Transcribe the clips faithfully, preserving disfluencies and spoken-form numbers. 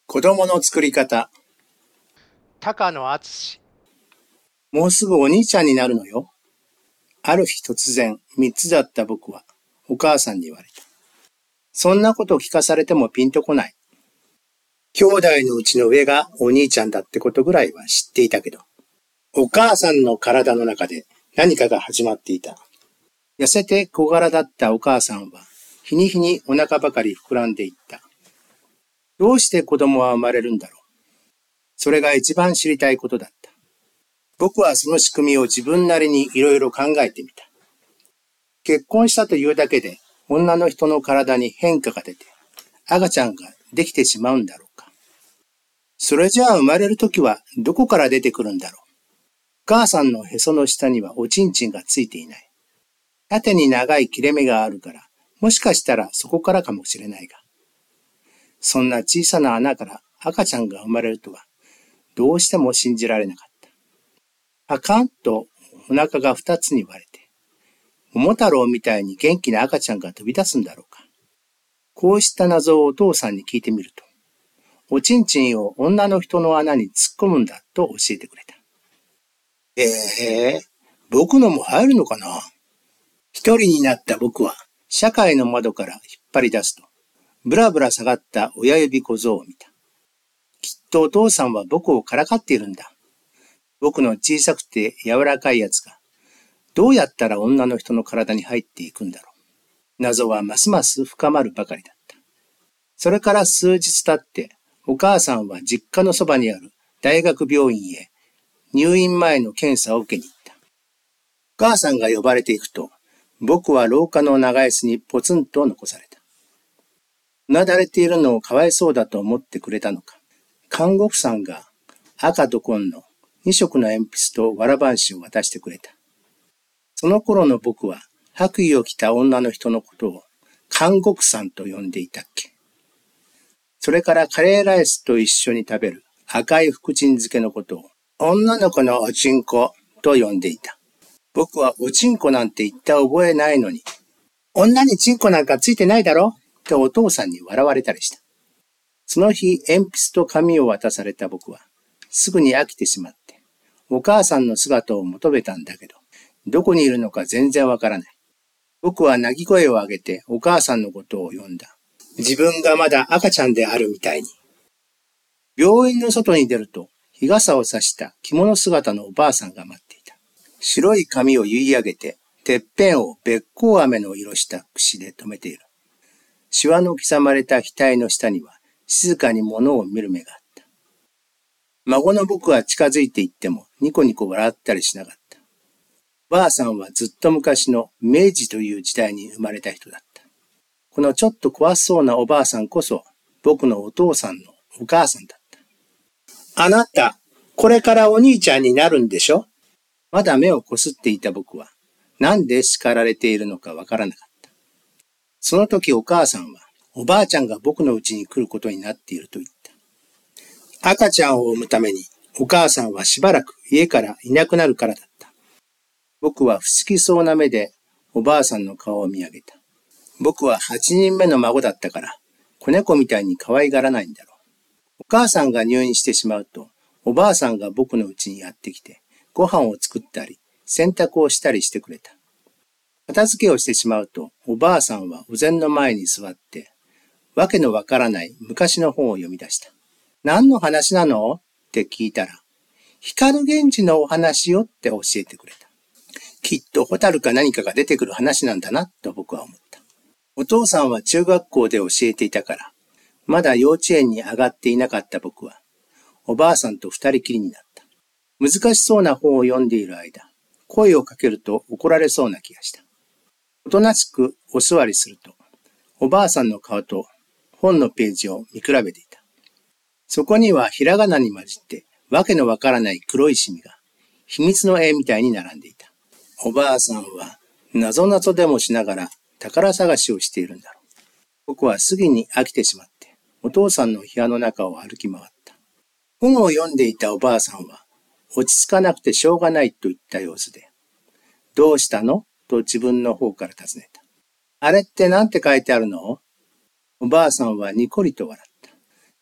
子供の作り方。 高野敦。 もうすぐお兄ちゃんになるのよ。ある日突然、三つだった僕は、お母さんに言われた。そんなこと聞かされてもピンとこない。兄弟のうちの上がお兄ちゃんだってことぐらいは知っていたけど、お母さんの体の中で何かが始まっていた。痩せて小柄だったお母さんは、日に日にお腹ばかり膨らんでいった。どうして子供は生まれるんだろう。それが一番知りたいことだった。僕はその仕組みを自分なりにいろいろ考えてみた。結婚したというだけで女の人の体に変化が出て赤ちゃんができてしまうんだろうか。それじゃあ生まれるときはどこから出てくるんだろう。お母さんのへその下にはおちんちんがついていない。縦に長い切れ目があるから、もしかしたらそこからかもしれないが。そんな小さな穴から赤ちゃんが生まれるとはどうしても信じられなかった。パカンとお腹が二つに割れて、桃太郎みたいに元気な赤ちゃんが飛び出すんだろうか。こうした謎をお父さんに聞いてみると、おちんちんを女の人の穴に突っ込むんだと教えてくれた。ええー、僕のも入るのかな。一人になった僕は社会の窓から引っ張り出すと、ぶらぶら下がった親指小僧を見た。きっとお父さんは僕をからかっているんだ。僕の小さくて柔らかいやつが、どうやったら女の人の体に入っていくんだろう。謎はますます深まるばかりだった。それから数日経って、お母さんは実家のそばにある大学病院へ入院前の検査を受けに行った。お母さんが呼ばれていくと、僕は廊下の長椅子にポツンと残された。うなだれているのをかわいそうだと思ってくれたのか、看護婦さんが赤と紺の二色の鉛筆とわらばんしを渡してくれた。その頃の僕は白衣を着た女の人のことを看護婦さんと呼んでいたっけ。それからカレーライスと一緒に食べる赤い福神漬けのことを女の子のおちんこと呼んでいた。僕はおちんこなんて言った覚えないのに、女にちんこなんかついてないだろとお父さんに笑われたりした。その日鉛筆と紙を渡された僕はすぐに飽きてしまって、お母さんの姿を求めたんだけど、どこにいるのか全然わからない。僕は泣き声を上げてお母さんのことを呼んだ。自分がまだ赤ちゃんであるみたいに。病院の外に出ると、日傘を差した着物姿のおばあさんが待っていた。白い髪を結い上げて、てっぺんをべっこう飴の色した櫛で留めている。シワの刻まれた額の下には、静かに物を見る目があった。孫の僕は近づいていってもニコニコ笑ったりしなかった。おばあさんはずっと昔の明治という時代に生まれた人だった。このちょっと怖そうなおばあさんこそ僕のお父さんのお母さんだった。あなた、これからお兄ちゃんになるんでしょ？まだ目をこすっていた僕はなんで叱られているのかわからなかった。その時お母さんはおばあちゃんが僕の家に来ることになっていると言った。赤ちゃんを産むためにお母さんはしばらく家からいなくなるからだった。僕は不思議そうな目でおばあさんの顔を見上げた。僕は八人目の孫だったから子猫みたいに可愛がらないんだろう。お母さんが入院してしまうとおばあさんが僕の家にやってきてご飯を作ったり洗濯をしたりしてくれた。片付けをしてしまうとおばあさんはお膳の前に座ってわけのわからない昔の本を読み出した。何の話なのって聞いたら、光源氏のお話よって教えてくれた。きっとホタルか何かが出てくる話なんだなと僕は思った。お父さんは中学校で教えていたから、まだ幼稚園に上がっていなかった僕は、おばあさんと二人きりになった。難しそうな本を読んでいる間、声をかけると怒られそうな気がした。おとなしくお座りすると、おばあさんの顔と本のページを見比べていた。そこにはひらがなに混じってわけのわからない黒いシミが秘密の絵みたいに並んでいた。おばあさんは謎々でもしながら宝探しをしているんだろう。僕はすぐに飽きてしまってお父さんの部屋の中を歩き回った。本を読んでいたおばあさんは落ち着かなくてしょうがないといった様子で、どうしたのと自分の方から尋ねた。あれってなんて書いてあるの？おばあさんはにこりと笑った。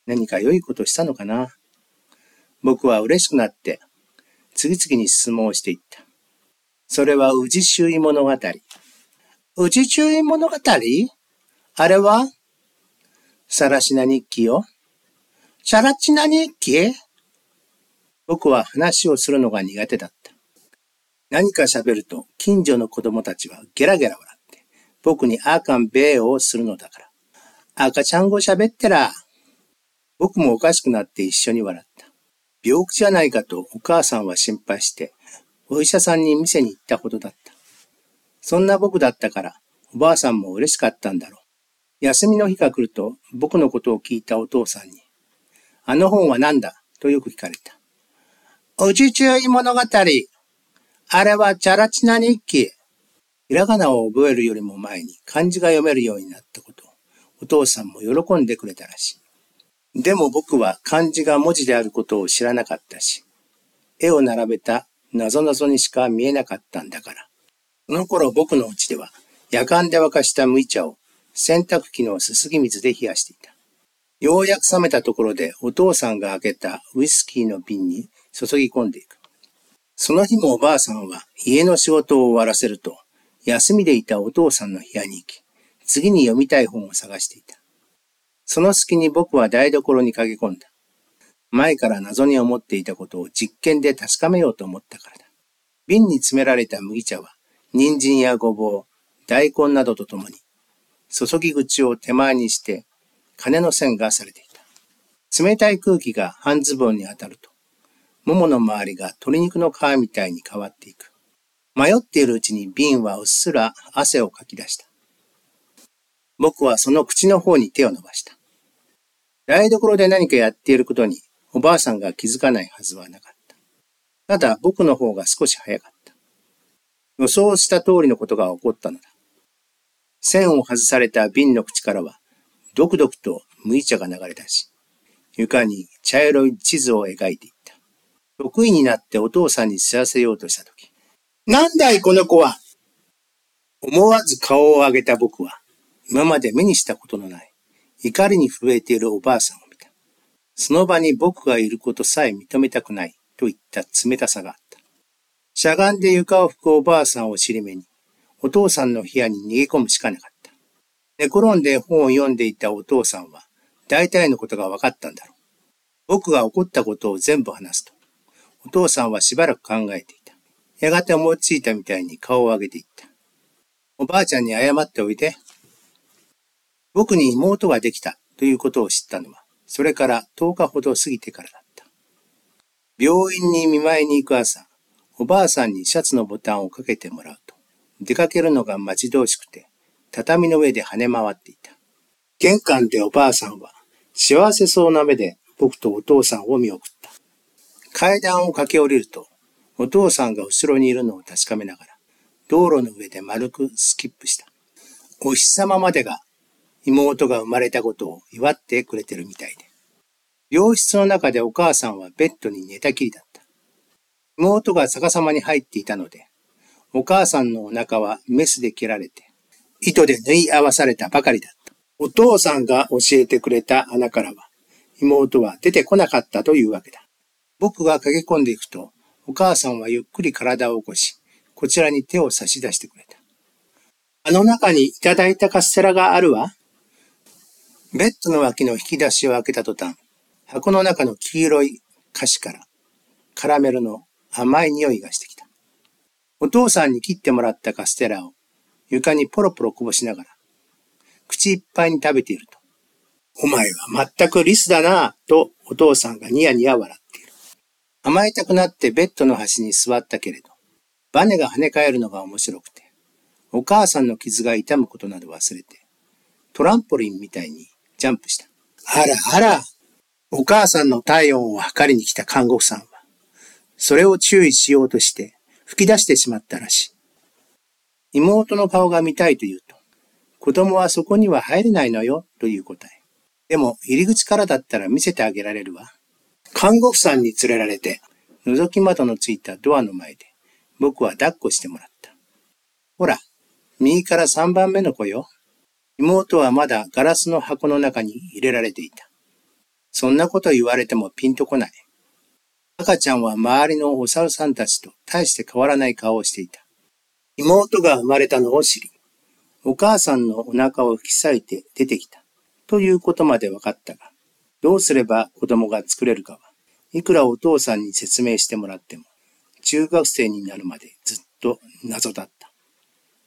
何か良いことしたのかな。僕は嬉しくなって、次々に質問をしていった。それは宇治周囲物語。宇治周囲物語？あれはさらしな日記よ。チャラチな日記？僕は話をするのが苦手だった。何か喋ると近所の子供たちはゲラゲラ笑って、僕にあかんべーをするのだから。赤ちゃん語喋ってら。僕もおかしくなって一緒に笑った。病気じゃないかとお母さんは心配して、お医者さんに店に行ったほどだった。そんな僕だったから、おばあさんも嬉しかったんだろう。休みの日が来ると僕のことを聞いたお父さんに、あの本は何だとよく聞かれた。宇治注意物語。あれはチャラチな日記。ひらがなを覚えるよりも前に漢字が読めるようになったことをお父さんも喜んでくれたらしい。でも僕は漢字が文字であることを知らなかったし、絵を並べた謎々にしか見えなかったんだから。その頃僕の家では夜間で沸かした麦茶を洗濯機のすすぎ水で冷やしていた。ようやく冷めたところでお父さんが開けたウイスキーの瓶に注ぎ込んでいく。その日もおばあさんは家の仕事を終わらせると、休みでいたお父さんの部屋に行き、次に読みたい本を探していた。その隙に僕は台所に駆け込んだ。前から謎に思っていたことを実験で確かめようと思ったからだ。瓶に詰められた麦茶は、人参やごぼう、大根などとともに、注ぎ口を手前にして、金の線がされていた。冷たい空気が半ズボンに当たると、ももの周りが鶏肉の皮みたいに変わっていく。迷っているうちに瓶はうっすら汗をかき出した。僕はその口の方に手を伸ばした。台所で何かやっていることにおばあさんが気づかないはずはなかった。ただ僕の方が少し早かった。予想した通りのことが起こったのだ。線を外された瓶の口からは、ドクドクと麦茶が流れ出し、床に茶色い地図を描いていった。得意になってお父さんに知らせようとしたとき、なんだいこの子は。思わず顔を上げた僕は、今まで目にしたことのない、怒りに震えているおばあさんを見た。その場に僕がいることさえ認めたくないといった冷たさがあった。しゃがんで床を拭くおばあさんを尻目に、お父さんの部屋に逃げ込むしかなかった。寝転んで本を読んでいたお父さんは、大体のことが分かったんだろう。僕が起こったことを全部話すと、お父さんはしばらく考えていた。やがて思いついたみたいに顔を上げていった。おばあちゃんに謝っておいて。僕に妹ができたということを知ったのは、それからとおかほど過ぎてからだった。病院に見舞いに行く朝、おばあさんにシャツのボタンをかけてもらうと、出かけるのが待ち遠しくて、畳の上で跳ね回っていた。玄関でおばあさんは、幸せそうな目で僕とお父さんを見送った。階段を駆け下りると、お父さんが後ろにいるのを確かめながら、道路の上で丸くスキップした。お日様までが妹が生まれたことを祝ってくれてるみたいで。病室の中でお母さんはベッドに寝たきりだった。妹が逆さまに入っていたので、お母さんのお腹はメスで切られて、糸で縫い合わされたばかりだった。お父さんが教えてくれた穴からは、妹は出てこなかったというわけだ。僕が駆け込んでいくと、お母さんはゆっくり体を起こし、こちらに手を差し出してくれた。あの中にいただいたカステラがあるわ。ベッドの脇の引き出しを開けた途端、箱の中の黄色い菓子からカラメルの甘い匂いがしてきた。お父さんに切ってもらったカステラを床にポロポロこぼしながら、口いっぱいに食べていると、お前は全くリスだなぁとお父さんがニヤニヤ笑っている。甘えたくなってベッドの端に座ったけれど、バネが跳ね返るのが面白くて、お母さんの傷が痛むことなど忘れて、トランポリンみたいにジャンプした。あらあら、お母さんの体温を測りに来た看護婦さんは、それを注意しようとして吹き出してしまったらしい。妹の顔が見たいと言うと、子供はそこには入れないのよという答え。でも入り口からだったら見せてあげられるわ。看護婦さんに連れられて、覗き窓のついたドアの前で、僕は抱っこしてもらった。ほら、右からさんばんめの子よ。妹はまだガラスの箱の中に入れられていた。 そんなこと言われてもピンとこない。赤ちゃんは周りのお猿さんたちと大して変わらない顔をしていた。妹が生まれたのを知り、お母さんのお腹を引き裂いて出てきたということまで分かったが、どうすれば子供が作れるかは、いくらお父さんに説明してもらっても、中学生になるまでずっと謎だった。